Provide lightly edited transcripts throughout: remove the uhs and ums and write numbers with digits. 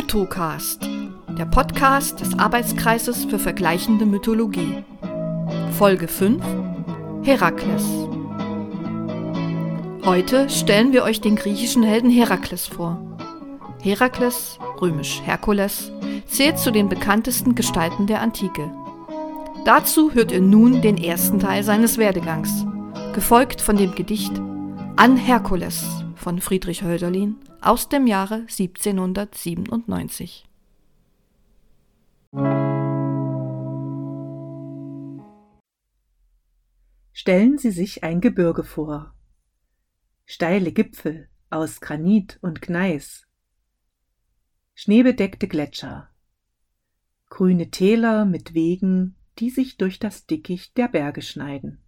Mythocast, der Podcast des Arbeitskreises für vergleichende Mythologie. Folge 5: Herakles. Heute stellen wir euch den griechischen Helden Herakles vor. Herakles, römisch Herkules, zählt zu den bekanntesten Gestalten der Antike. Dazu hört ihr nun den ersten Teil seines Werdegangs, gefolgt von dem Gedicht An Herkules von Friedrich Hölderlin aus dem Jahre 1797. Stellen Sie sich ein Gebirge vor. Steile Gipfel aus Granit und Gneis, schneebedeckte Gletscher, grüne Täler mit Wegen, die sich durch das Dickicht der Berge schneiden.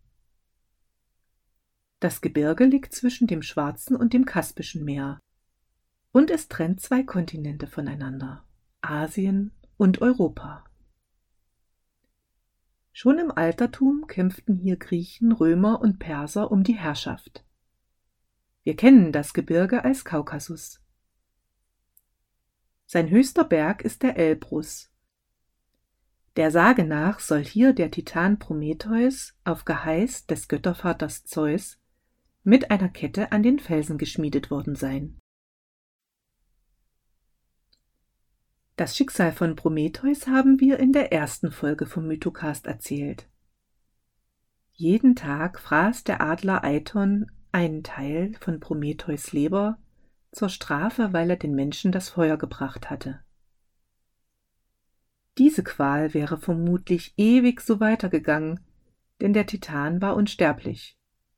Das Gebirge liegt zwischen dem Schwarzen und dem Kaspischen Meer und es trennt zwei Kontinente voneinander, Asien und Europa. Schon im Altertum kämpften hier Griechen, Römer und Perser um die Herrschaft. Wir kennen das Gebirge als Kaukasus. Sein höchster Berg ist der Elbrus. Der Sage nach soll hier der Titan Prometheus auf Geheiß des Göttervaters Zeus mit einer Kette an den Felsen geschmiedet worden sein. Das Schicksal von Prometheus haben wir in der ersten Folge vom Mythocast erzählt. Jeden Tag fraß der Adler Aiton einen Teil von Prometheus' Leber zur Strafe, weil er den Menschen das Feuer gebracht hatte. Diese Qual wäre vermutlich ewig so weitergegangen, denn der Titan war unsterblich.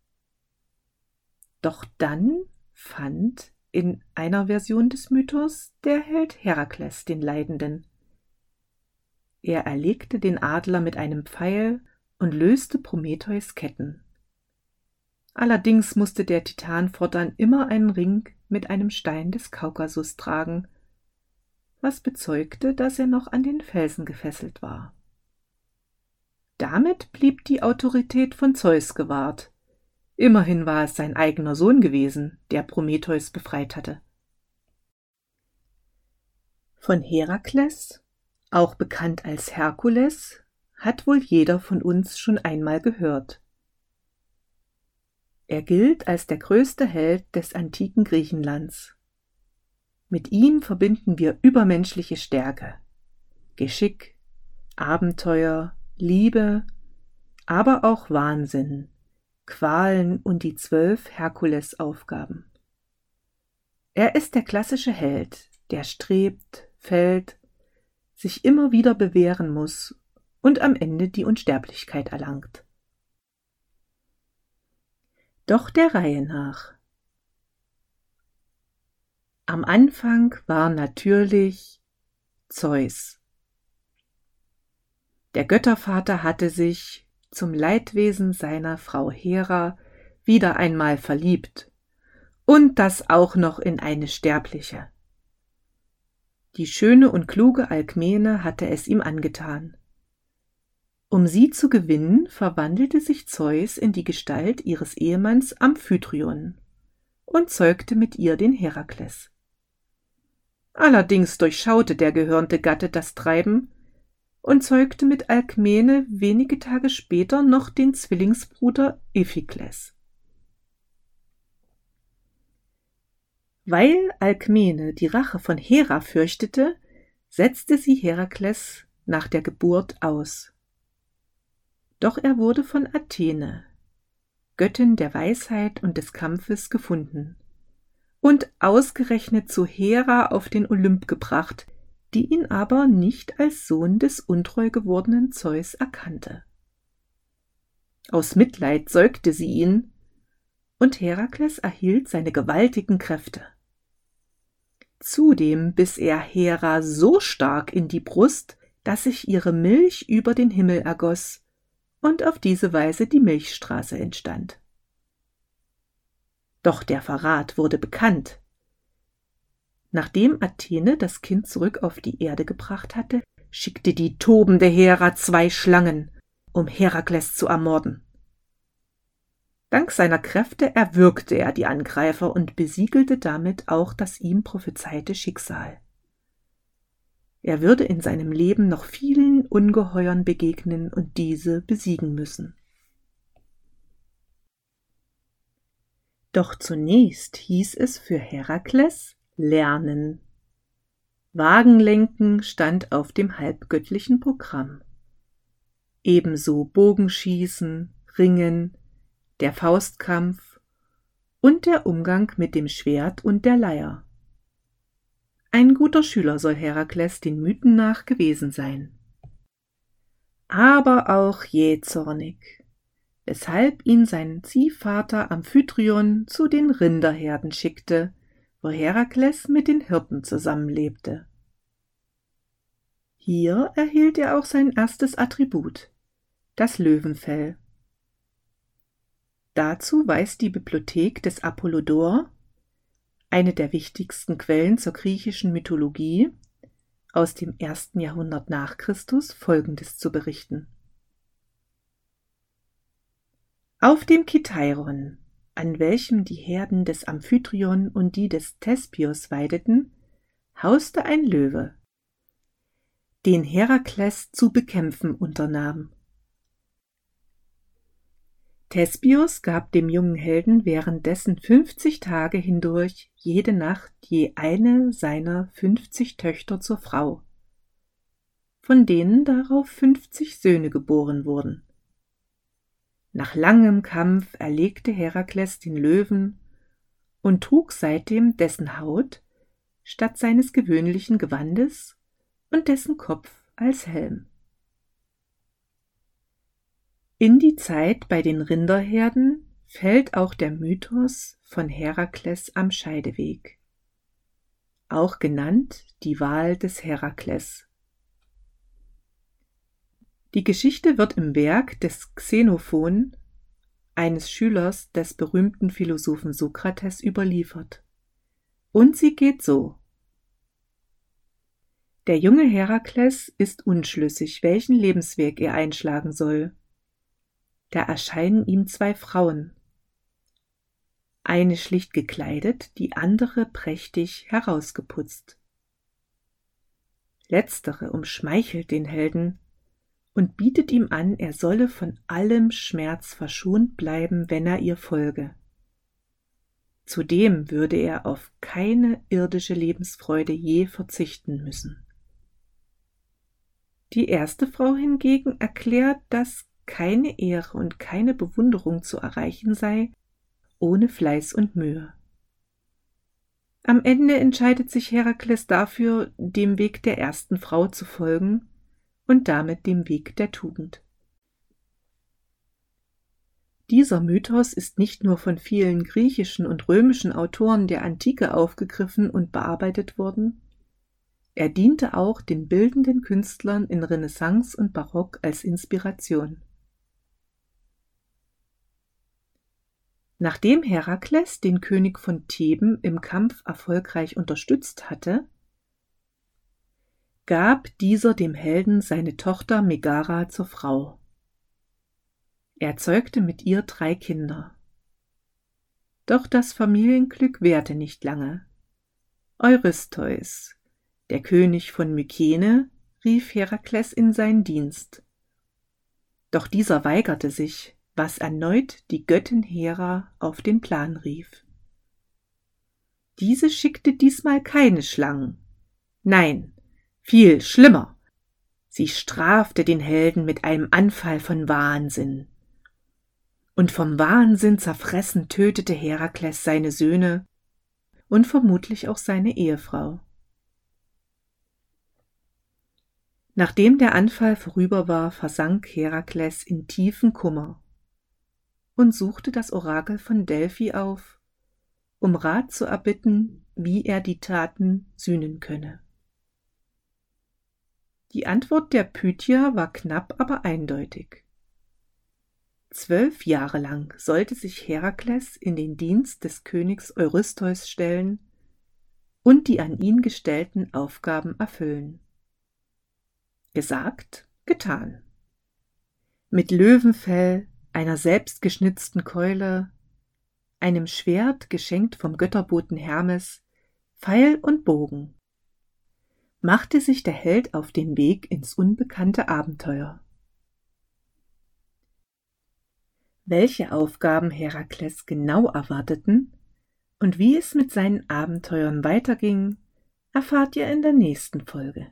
Doch dann fand in einer Version des Mythos der Held Herakles den Leidenden. Er erlegte den Adler mit einem Pfeil und löste Prometheus' Ketten. Allerdings musste der Titan fortan immer einen Ring mit einem Stein des Kaukasus tragen, was bezeugte, dass er noch an den Felsen gefesselt war. Damit blieb die Autorität von Zeus gewahrt. Immerhin war es sein eigener Sohn gewesen, der Prometheus befreit hatte. Von Herakles, auch bekannt als Herkules, hat wohl jeder von uns schon einmal gehört. Er gilt als der größte Held des antiken Griechenlands. Mit ihm verbinden wir übermenschliche Stärke, Geschick, Abenteuer, Liebe, aber auch Wahnsinn, Qualen und die 12 Herkulesaufgaben. Er ist der klassische Held, der strebt, fällt, sich immer wieder bewähren muss und am Ende die Unsterblichkeit erlangt. Doch der Reihe nach. Am Anfang war natürlich Zeus. Der Göttervater hatte sich zum Leidwesen seiner Frau Hera wieder einmal verliebt, und das auch noch in eine Sterbliche. Die schöne und kluge Alkmene hatte es ihm angetan. Um sie zu gewinnen, verwandelte sich Zeus in die Gestalt ihres Ehemanns Amphitryon und zeugte mit ihr den Herakles. Allerdings durchschaute der gehörnte Gatte das Treiben und zeugte mit Alkmene wenige Tage später noch den Zwillingsbruder Iphikles. Weil Alkmene die Rache von Hera fürchtete, setzte sie Herakles nach der Geburt aus. Doch er wurde von Athene, Göttin der Weisheit und des Kampfes, gefunden und ausgerechnet zu Hera auf den Olymp gebracht, die ihn aber nicht als Sohn des untreu gewordenen Zeus erkannte. Aus Mitleid säugte sie ihn, und Herakles erhielt seine gewaltigen Kräfte. Zudem biss er Hera so stark in die Brust, dass sich ihre Milch über den Himmel ergoss und auf diese Weise die Milchstraße entstand. Doch der Verrat wurde bekannt. Nachdem Athene das Kind zurück auf die Erde gebracht hatte, schickte die tobende Hera 2 Schlangen, um Herakles zu ermorden. Dank seiner Kräfte erwürgte er die Angreifer und besiegelte damit auch das ihm prophezeite Schicksal. Er würde in seinem Leben noch vielen Ungeheuern begegnen und diese besiegen müssen. Doch zunächst hieß es für Herakles lernen. Wagenlenken stand auf dem halbgöttlichen Programm. Ebenso Bogenschießen, Ringen, der Faustkampf und der Umgang mit dem Schwert und der Leier. Ein guter Schüler soll Herakles den Mythen nach gewesen sein. Aber auch jähzornig, weshalb ihn sein Ziehvater Amphitryon zu den Rinderherden schickte, wo Herakles mit den Hirten zusammenlebte. Hier erhielt er auch sein erstes Attribut, das Löwenfell. Dazu weist die Bibliothek des Apollodor, eine der wichtigsten Quellen zur griechischen Mythologie, aus dem 1. Jahrhundert nach Christus Folgendes zu berichten. Auf dem Kithairon, an welchem die Herden des Amphitryon und die des Thespios weideten, hauste ein Löwe, den Herakles zu bekämpfen unternahm. Thespios gab dem jungen Helden währenddessen 50 Tage hindurch jede Nacht je eine seiner 50 Töchter zur Frau, von denen darauf 50 Söhne geboren wurden. Nach langem Kampf erlegte Herakles den Löwen und trug seitdem dessen Haut statt seines gewöhnlichen Gewandes und dessen Kopf als Helm. In die Zeit bei den Rinderherden fällt auch der Mythos von Herakles am Scheideweg, auch genannt die Wahl des Herakles. Die Geschichte wird im Werk des Xenophon, eines Schülers des berühmten Philosophen Sokrates, überliefert. Und sie geht so: Der junge Herakles ist unschlüssig, welchen Lebensweg er einschlagen soll. Da erscheinen ihm zwei Frauen, eine schlicht gekleidet, die andere prächtig herausgeputzt. Letztere umschmeichelt den Helden und bietet ihm an, er solle von allem Schmerz verschont bleiben, wenn er ihr folge. Zudem würde er auf keine irdische Lebensfreude je verzichten müssen. Die erste Frau hingegen erklärt, dass keine Ehre und keine Bewunderung zu erreichen sei, ohne Fleiß und Mühe. Am Ende entscheidet sich Herakles dafür, dem Weg der ersten Frau zu folgen und damit dem Weg der Tugend. Dieser Mythos ist nicht nur von vielen griechischen und römischen Autoren der Antike aufgegriffen und bearbeitet worden, er diente auch den bildenden Künstlern in Renaissance und Barock als Inspiration. Nachdem Herakles den König von Theben im Kampf erfolgreich unterstützt hatte, gab dieser dem Helden seine Tochter Megara zur Frau. Er zeugte mit ihr 3 Kinder. Doch das Familienglück währte nicht lange. Eurystheus, der König von Mykene, rief Herakles in seinen Dienst. Doch dieser weigerte sich, was erneut die Göttin Hera auf den Plan rief. Diese schickte diesmal keine Schlangen. Nein, viel schlimmer. Sie strafte den Helden mit einem Anfall von Wahnsinn. Und vom Wahnsinn zerfressen tötete Herakles seine Söhne und vermutlich auch seine Ehefrau. Nachdem der Anfall vorüber war, versank Herakles in tiefen Kummer und suchte das Orakel von Delphi auf, um Rat zu erbitten, wie er die Taten sühnen könne. Die Antwort der Pythia war knapp, aber eindeutig. 12 Jahre lang sollte sich Herakles in den Dienst des Königs Eurystheus stellen und die an ihn gestellten Aufgaben erfüllen. Gesagt, getan. Mit Löwenfell, einer selbstgeschnitzten Keule, einem Schwert geschenkt vom Götterboten Hermes, Pfeil und Bogen, machte sich der Held auf den Weg ins unbekannte Abenteuer. Welche Aufgaben Herakles genau erwarteten und wie es mit seinen Abenteuern weiterging, erfahrt ihr in der nächsten Folge.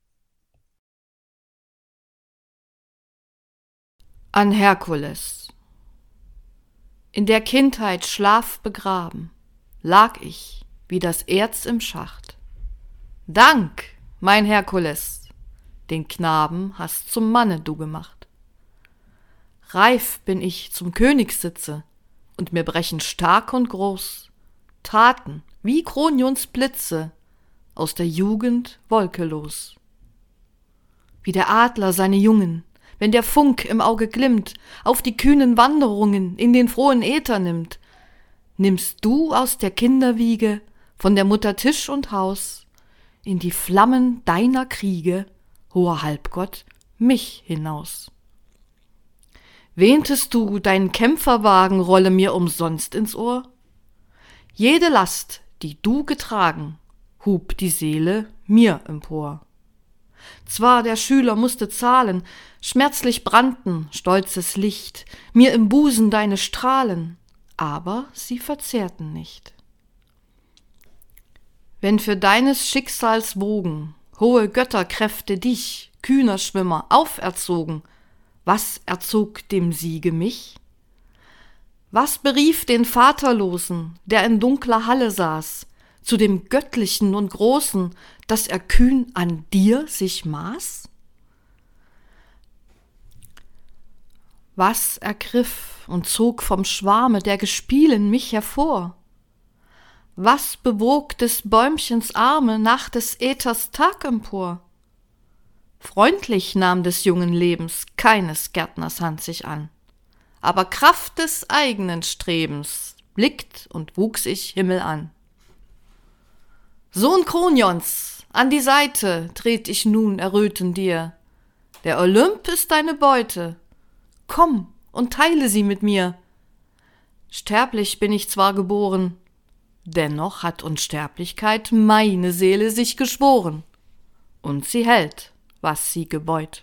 An Herkules. In der Kindheit schlafbegraben lag ich wie das Erz im Schacht. Dank, mein Herkules, den Knaben hast zum Manne du gemacht. Reif bin ich zum Königssitze, und mir brechen stark und groß Taten wie Kronions Blitze aus der Jugend wolkelos. Wie der Adler seine Jungen, wenn der Funk im Auge glimmt, auf die kühnen Wanderungen in den frohen Äther nimmt, nimmst du aus der Kinderwiege, von der Mutter Tisch und Haus, in die Flammen deiner Kriege, hoher Halbgott, mich hinaus. Wähntest du, dein Kämpferwagen rolle mir umsonst ins Ohr? Jede Last, die du getragen, hub die Seele mir empor. Zwar der Schüler musste zahlen, schmerzlich brannten, stolzes Licht, mir im Busen deine Strahlen, aber sie verzehrten nicht. Wenn für deines Schicksals Wogen hohe Götterkräfte dich, kühner Schwimmer, auferzogen, was erzog dem Siege mich? Was berief den Vaterlosen, der in dunkler Halle saß, zu dem Göttlichen und Großen, dass er kühn an dir sich maß? Was ergriff und zog vom Schwarme der Gespielen mich hervor? Was bewog des Bäumchens Arme nach des Äthers Tag empor? Freundlich nahm des jungen Lebens keines Gärtners Hand sich an, aber Kraft des eigenen Strebens blickt und wuchs ich Himmel an. Sohn Kronions, an die Seite tret ich nun erröten dir. Der Olymp ist deine Beute, komm und teile sie mit mir. Sterblich bin ich zwar geboren, dennoch hat Unsterblichkeit meine Seele sich geschworen, und sie hält, was sie gebeut.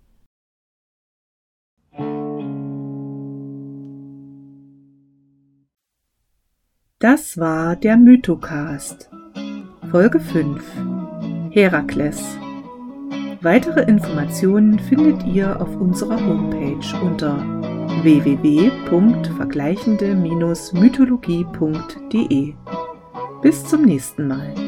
Das war der Mythocast, Folge 5, Herakles. Weitere Informationen findet ihr auf unserer Homepage unter www.vergleichende-mythologie.de. Bis zum nächsten Mal.